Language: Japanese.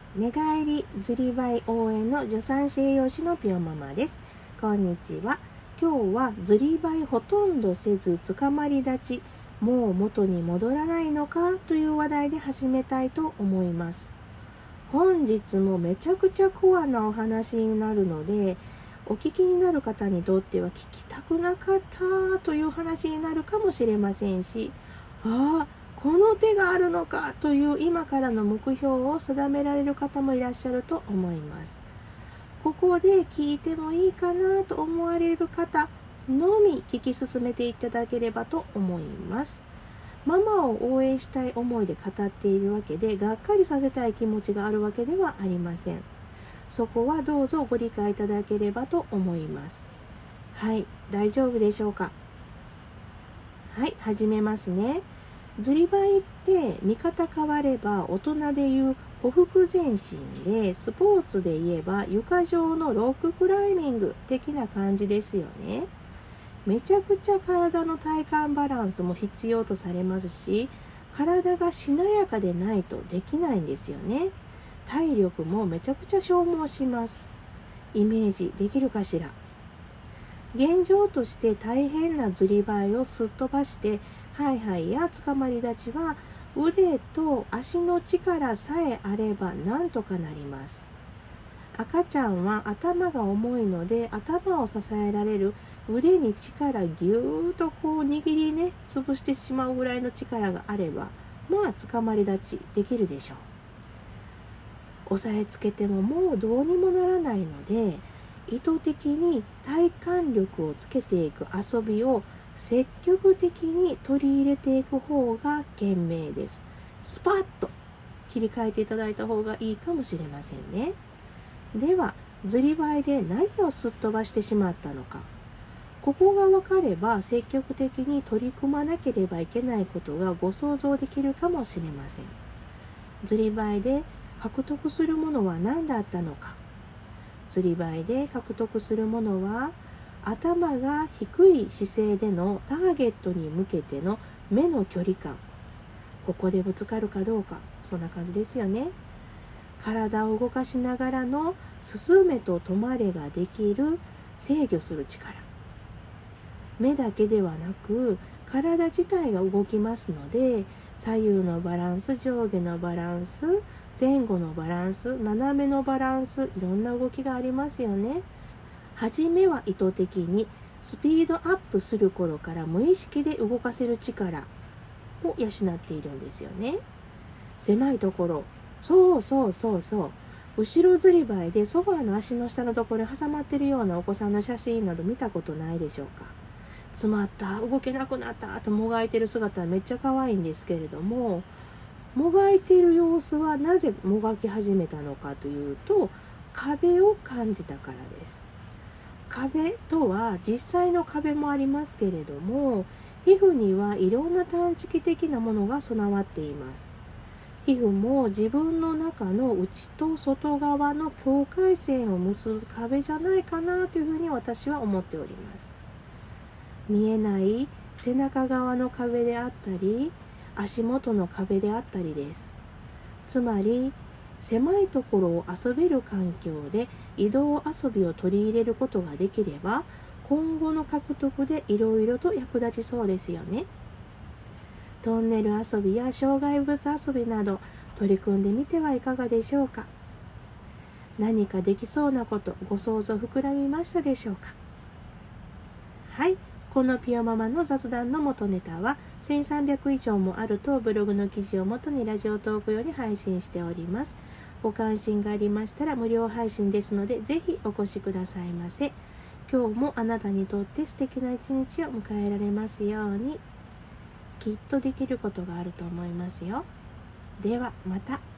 寝返りずりばい応援の助産師栄養士のぴよママです。こんにちは。今日はずりばいほとんどせずつかまり立ち、もう元に戻らないのかという話題で始めたいと思います。本日もめちゃくちゃコアなお話になるので、お聞きになる方にとっては聞きたくなかったという話になるかもしれませんし、この手があるのかという今からの目標を定められる方もいらっしゃると思います。ここで聞いてもいいかなと思われる方のみ聞き進めていただければと思います。ママを応援したい思いで語っているわけで、がっかりさせたい気持ちがあるわけではありません。そこはどうぞご理解いただければと思います。はい、大丈夫でしょうか。はい、始めますね。ずりばいって見方変われば大人でいうほふ前進で、スポーツで言えば床上のロッククライミング的な感じですよね。めちゃくちゃ体の体幹バランスも必要とされますし、体がしなやかでないとできないんですよね。体力もめちゃくちゃ消耗します。イメージできるかしら。現状として大変なずりばいをすっ飛ばしてハイハイやつかまり立ちは腕と足の力さえあればなんとかなります。赤ちゃんは頭が重いので、頭を支えられる腕に力ぎゅーっと握りね潰してしまうぐらいの力があれば、つかまり立ちできるでしょう。押さえつけてももうどうにもならないので、意図的に体幹力をつけていく遊びを積極的に取り入れていく方が賢明です。スパッと切り替えていただいた方がいいかもしれませんね。では、ずりばいで何をすっ飛ばしてしまったのか。ここが分かれば積極的に取り組まなければいけないことがご想像できるかもしれません。ずりばいで獲得するものは何だったのか。ずりばいで獲得するものは、頭が低い姿勢でのターゲットに向けての目の距離感、ここでぶつかるかどうか、そんな感じですよね。体を動かしながらの進めと止まれができる制御する力、目だけではなく体自体が動きますので、左右のバランス、上下のバランス、前後のバランス、斜めのバランス、いろんな動きがありますよね。はじめは意図的にスピードアップする頃から無意識で動かせる力を養っているんですよね。狭いところ、そう後ろずりばいでソファーの足の下のところに挟まってるようなお子さんの写真など見たことないでしょうか。詰まった、動けなくなったともがいてる姿はめっちゃ可愛いんですけれども、もがいている様子はなぜもがき始めたのかというと、壁を感じたからです。壁とは実際の壁もありますけれども、皮膚にはいろんな探知機的なものが備わっています。皮膚も自分の中の内と外側の境界線を結ぶ壁じゃないかなというふうに私は思っております。見えない背中側の壁であったり、足元の壁であったりです。つまり狭いところを遊べる環境で移動遊びを取り入れることができれば、今後の獲得でいろいろと役立ちそうですよね。トンネル遊びや障害物遊びなど取り組んでみてはいかがでしょうか。何かできそうなこと、ご想像膨らみましたでしょうか。はい、このピヨママの雑談の元ネタは1300以上もあるとブログの記事をもとにラジオトーク用に配信しております。ご関心がありましたら無料配信ですので、ぜひお越しくださいませ。今日もあなたにとって素敵な一日を迎えられますように。きっとできることがあると思いますよ。ではまた。